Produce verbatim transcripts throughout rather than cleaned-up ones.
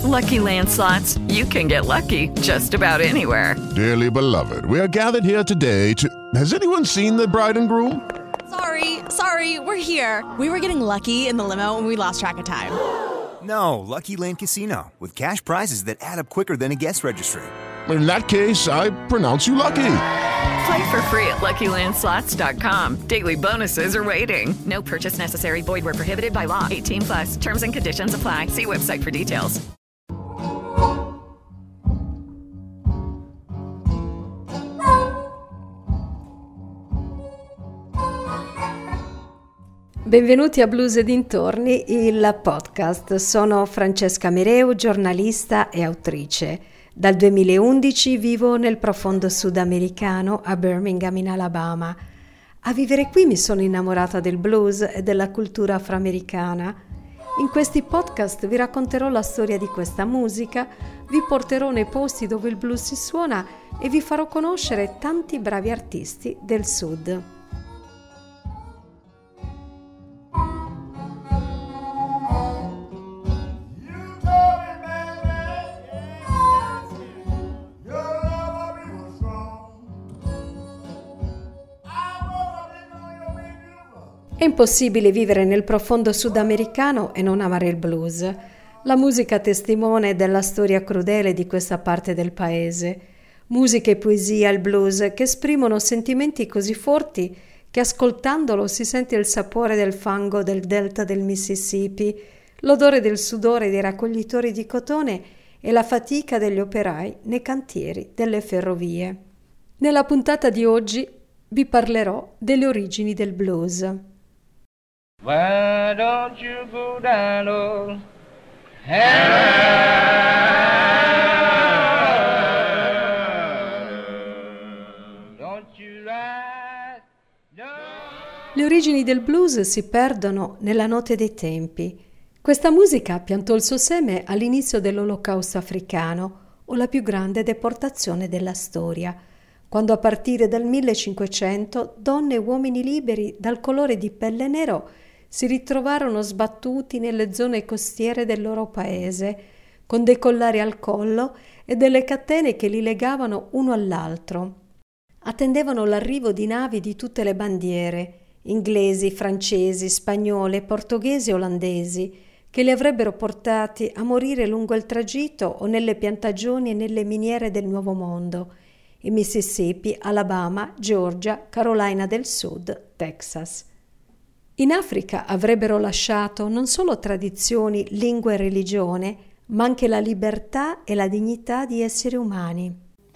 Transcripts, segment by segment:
Lucky Land Slots, you can get lucky just about anywhere. Dearly beloved, we are gathered here today to... Has anyone seen the bride and groom? Sorry, sorry, we're here. We were getting lucky in the limo and we lost track of time. No, Lucky Land Casino, with cash prizes that add up quicker than a guest registry. In that case, I pronounce you lucky. Play for free at Lucky Land Slots dot com. Daily bonuses are waiting. No purchase necessary. Void where prohibited by law. eighteen plus. Terms and conditions apply. See website for details. Benvenuti a Blues e dintorni, il podcast. Sono Francesca Mereu, giornalista e autrice. Dal duemilaundici vivo nel profondo sudamericano a Birmingham in Alabama. A vivere qui mi sono innamorata del blues e della cultura afroamericana. In questi podcast vi racconterò la storia di questa musica, vi porterò nei posti dove il blues si suona e vi farò conoscere tanti bravi artisti del sud. È impossibile vivere nel profondo sudamericano e non amare il blues. La musica testimone della storia crudele di questa parte del paese. Musica e poesia, il blues, che esprimono sentimenti così forti che ascoltandolo si sente il sapore del fango del delta del Mississippi, l'odore del sudore dei raccoglitori di cotone e la fatica degli operai nei cantieri delle ferrovie. Nella puntata di oggi vi parlerò delle origini del blues. Why don't you go down, oh, don't you ride, don't... Le origini del blues si perdono nella notte dei tempi. Questa musica piantò il suo seme all'inizio dell'Olocausto africano, o la più grande deportazione della storia, quando a partire dal millecinquecento donne e uomini liberi dal colore di pelle nero si ritrovarono sbattuti nelle zone costiere del loro paese, con dei collari al collo e delle catene che li legavano uno all'altro. Attendevano l'arrivo di navi di tutte le bandiere, inglesi, francesi, spagnole, portoghesi e olandesi, che li avrebbero portati a morire lungo il tragitto o nelle piantagioni e nelle miniere del Nuovo Mondo, in Mississippi, Alabama, Georgia, Carolina del Sud, Texas. In Africa avrebbero lasciato non solo tradizioni, lingue e religione, ma anche la libertà e la dignità di esseri umani.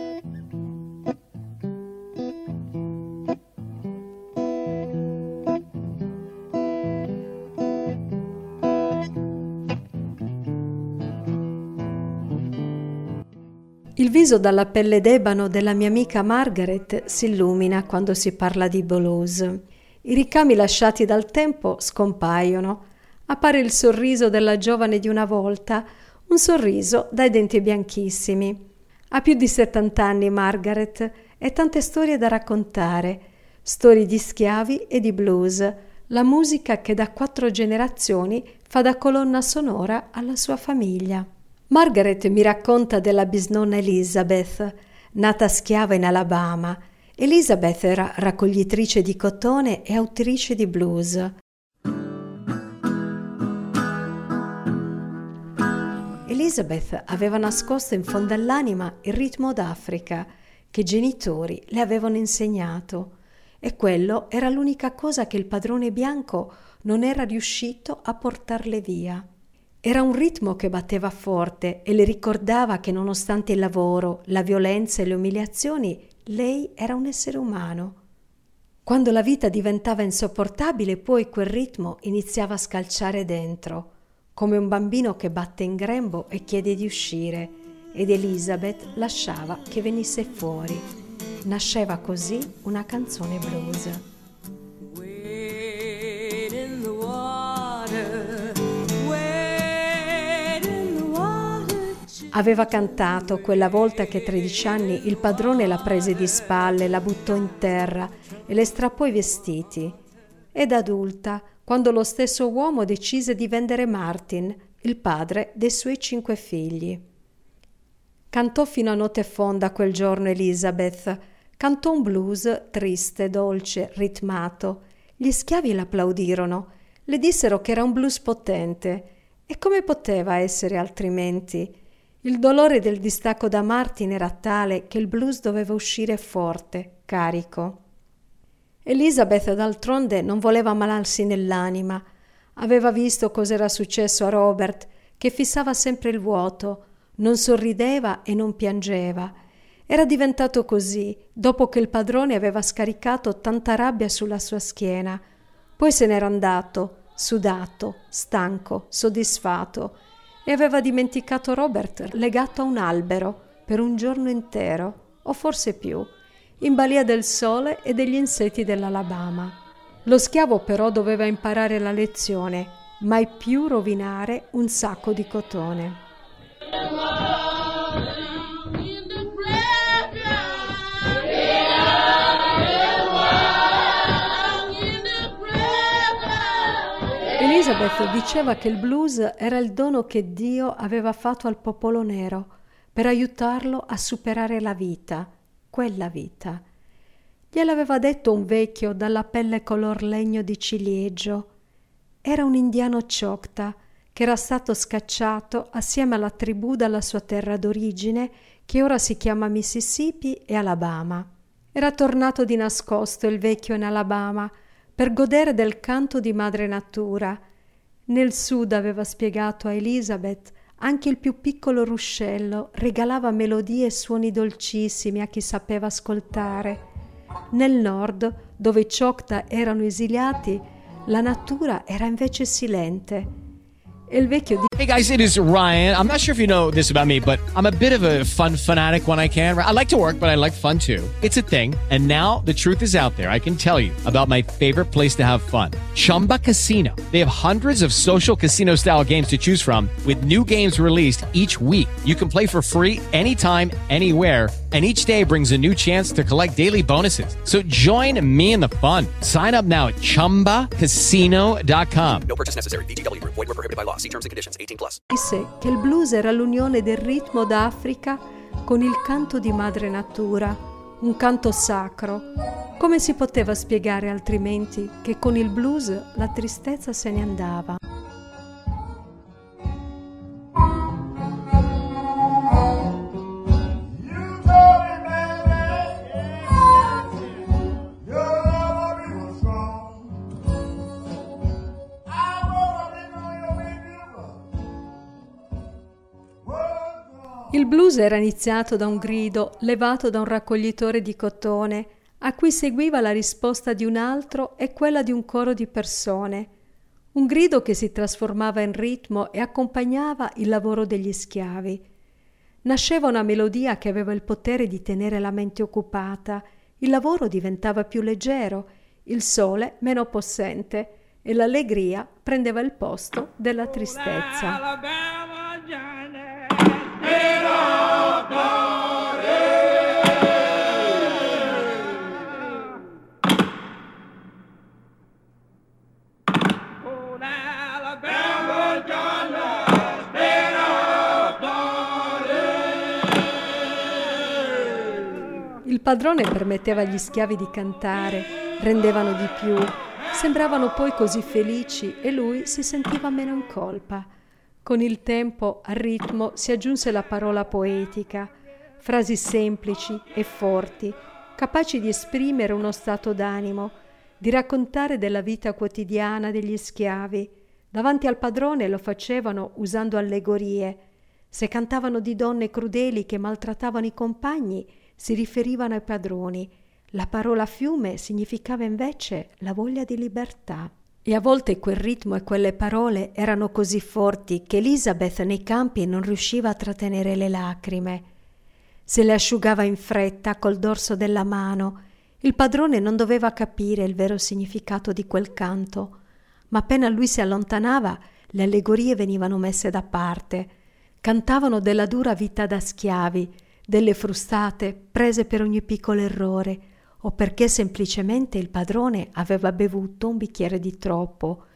Il viso dalla pelle d'ebano della mia amica Margaret si illumina quando si parla di blues. I ricami lasciati dal tempo scompaiono. Appare il sorriso della giovane di una volta, un sorriso dai denti bianchissimi. Ha più di settanta anni Margaret e tante storie da raccontare, storie di schiavi e di blues, la musica che da quattro generazioni fa da colonna sonora alla sua famiglia. Margaret mi racconta della bisnonna Elizabeth, nata schiava in Alabama. Elizabeth era raccoglitrice di cotone e autrice di blues. Elizabeth aveva nascosto in fondo all'anima il ritmo d'Africa che i genitori le avevano insegnato, e quello era l'unica cosa che il padrone bianco non era riuscito a portarle via. Era un ritmo che batteva forte e le ricordava che nonostante il lavoro, la violenza e le umiliazioni, lei era un essere umano. Quando la vita diventava insopportabile, poi quel ritmo iniziava a scalciare dentro, come un bambino che batte in grembo e chiede di uscire, ed Elizabeth lasciava che venisse fuori. Nasceva così una canzone blues. Aveva cantato quella volta che a tredici anni il padrone la prese di spalle, la buttò in terra e le strappò i vestiti. Ed adulta, quando lo stesso uomo decise di vendere Martin, il padre dei suoi cinque figli. Cantò fino a notte fonda quel giorno Elizabeth, cantò un blues triste, dolce, ritmato. Gli schiavi l'applaudirono, le dissero che era un blues potente. E come poteva essere altrimenti? Il dolore del distacco da Martin era tale che il blues doveva uscire forte, carico. Elizabeth, d'altronde, non voleva ammalarsi nell'anima. Aveva visto cos'era successo a Robert, che fissava sempre il vuoto, non sorrideva e non piangeva. Era diventato così, dopo che il padrone aveva scaricato tanta rabbia sulla sua schiena. Poi se n'era andato, sudato, stanco, soddisfatto, e aveva dimenticato Robert legato a un albero per un giorno intero, o forse più, in balia del sole e degli insetti dell'Alabama. Lo schiavo però doveva imparare la lezione, mai più rovinare un sacco di cotone. Elizabeth diceva che il blues era il dono che Dio aveva fatto al popolo nero per aiutarlo a superare la vita, quella vita. Gliel'aveva detto un vecchio dalla pelle color legno di ciliegio. Era un indiano Choctaw che era stato scacciato assieme alla tribù dalla sua terra d'origine, che ora si chiama Mississippi e Alabama. Era tornato di nascosto il vecchio in Alabama per godere del canto di madre natura. Nel sud, aveva spiegato a Elizabeth, anche il più piccolo ruscello regalava melodie e suoni dolcissimi a chi sapeva ascoltare. Nel nord, dove i Choctaw erano esiliati, la natura era invece silente. E il vecchio di- Hey guys, it is Ryan. I'm not sure if you know this about me, but I'm a bit of a fun fanatic when I can. I like to work, but I like fun too. It's a thing. And now the truth is out there. I can tell you about my favorite place to have fun. Chumba Casino. They have hundreds of social casino style games to choose from with new games released each week. You can play for free anytime, anywhere. And each day brings a new chance to collect daily bonuses. So join me in the fun. Sign up now at chumba casino dot com. No purchase necessary. V G W. Void where prohibited by law. See terms and conditions. eighteen plus. Disse che il blues era l'unione del ritmo d'Africa con il canto di madre natura, un canto sacro. Come si poteva spiegare altrimenti che con il blues la tristezza se ne andava? Il blues era iniziato da un grido levato da un raccoglitore di cotone, a cui seguiva la risposta di un altro e quella di un coro di persone. Un grido che si trasformava in ritmo e accompagnava il lavoro degli schiavi. Nasceva una melodia che aveva il potere di tenere la mente occupata, il lavoro diventava più leggero, il sole meno possente e l'allegria prendeva il posto della tristezza. Il padrone permetteva agli schiavi di cantare, rendevano di più, sembravano poi così felici e lui si sentiva meno in colpa. Con il tempo, al ritmo, si aggiunse la parola poetica, frasi semplici e forti, capaci di esprimere uno stato d'animo, di raccontare della vita quotidiana degli schiavi. Davanti al padrone lo facevano usando allegorie. Se cantavano di donne crudeli che maltrattavano i compagni, si riferivano ai padroni. La parola fiume significava invece la voglia di libertà. E a volte quel ritmo e quelle parole erano così forti che Elizabeth nei campi non riusciva a trattenere le lacrime. Se le asciugava in fretta col dorso della mano. Il padrone non doveva capire il vero significato di quel canto, ma appena lui si allontanava, le allegorie venivano messe da parte. Cantavano della dura vita da schiavi, delle frustate prese per ogni piccolo errore, o perché semplicemente il padrone aveva bevuto un bicchiere di troppo.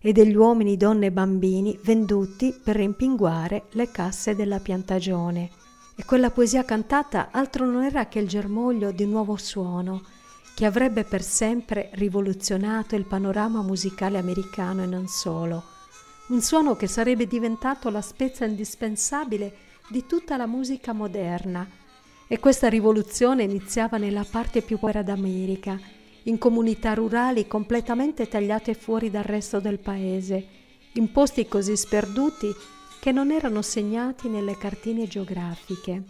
e degli uomini, donne e bambini venduti per rimpinguare le casse della piantagione. E quella poesia cantata altro non era che il germoglio di un nuovo suono che avrebbe per sempre rivoluzionato il panorama musicale americano e non solo. Un suono che sarebbe diventato la spezia indispensabile di tutta la musica moderna. E questa rivoluzione iniziava nella parte più povera d'America, in comunità rurali completamente tagliate fuori dal resto del paese, in posti così sperduti che non erano segnati nelle cartine geografiche.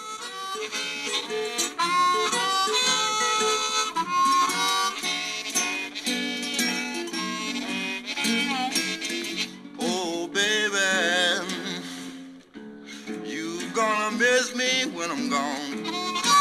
Oh baby, you gonna miss me when I'm gone.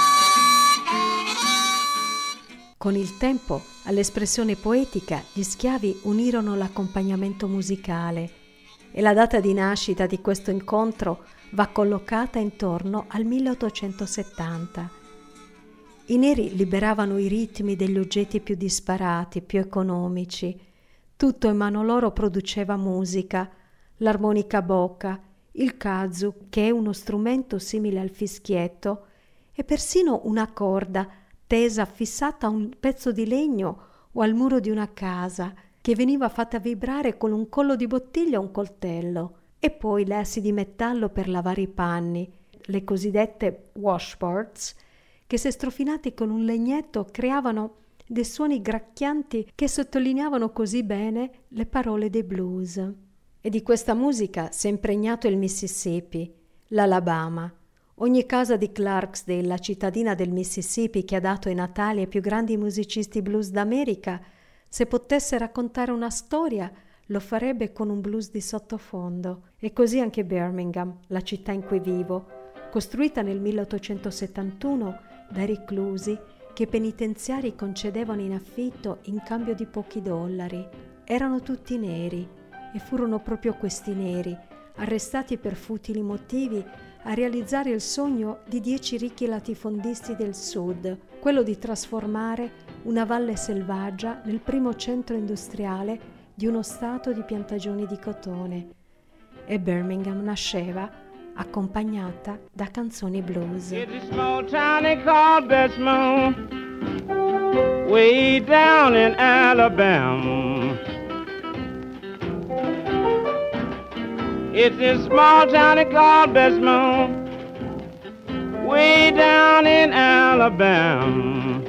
Con il tempo, all'espressione poetica, gli schiavi unirono l'accompagnamento musicale e la data di nascita di questo incontro va collocata intorno al milleottocentosettanta. I neri liberavano i ritmi degli oggetti più disparati, più economici. Tutto in mano loro produceva musica, l'armonica a bocca, il kazoo, che è uno strumento simile al fischietto, e persino una corda tesa fissata a un pezzo di legno o al muro di una casa, che veniva fatta vibrare con un collo di bottiglia o un coltello, e poi le assi di metallo per lavare i panni, le cosiddette washboards, che se strofinati con un legnetto creavano dei suoni gracchianti che sottolineavano così bene le parole dei blues. E di questa musica si è impregnato il Mississippi, l'Alabama. Ogni casa di Clarksdale, la cittadina del Mississippi che ha dato i natali ai più grandi musicisti blues d'America, se potesse raccontare una storia, lo farebbe con un blues di sottofondo. E così anche Birmingham, la città in cui vivo, costruita nel milleottocentosettantuno dai reclusi che i penitenziari concedevano in affitto in cambio di pochi dollari. Erano tutti neri, e furono proprio questi neri, arrestati per futili motivi, a realizzare il sogno di dieci ricchi latifondisti del sud, quello di trasformare una valle selvaggia nel primo centro industriale di uno stato di piantagioni di cotone. E Birmingham nasceva accompagnata da canzoni blues. It's a small town called Bessemer, way down in Alabama. It's a small town called Bessemer, way down in Alabama.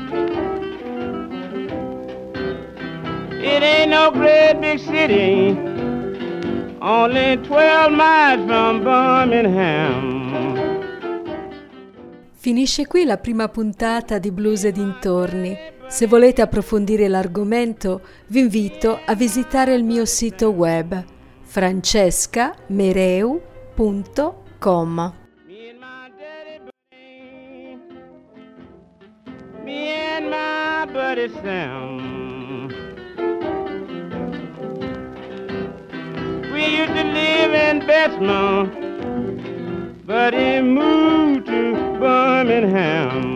It ain't no great big city, only twelve miles from Birmingham. Finisce qui la prima puntata di Blues e dintorni. Se volete approfondire l'argomento, vi invito a visitare il mio sito web francesca mereu punto com. Me and my daddy Buddy, me and my buddy Sam, we used to live in Bessemer, but he moved to Birmingham.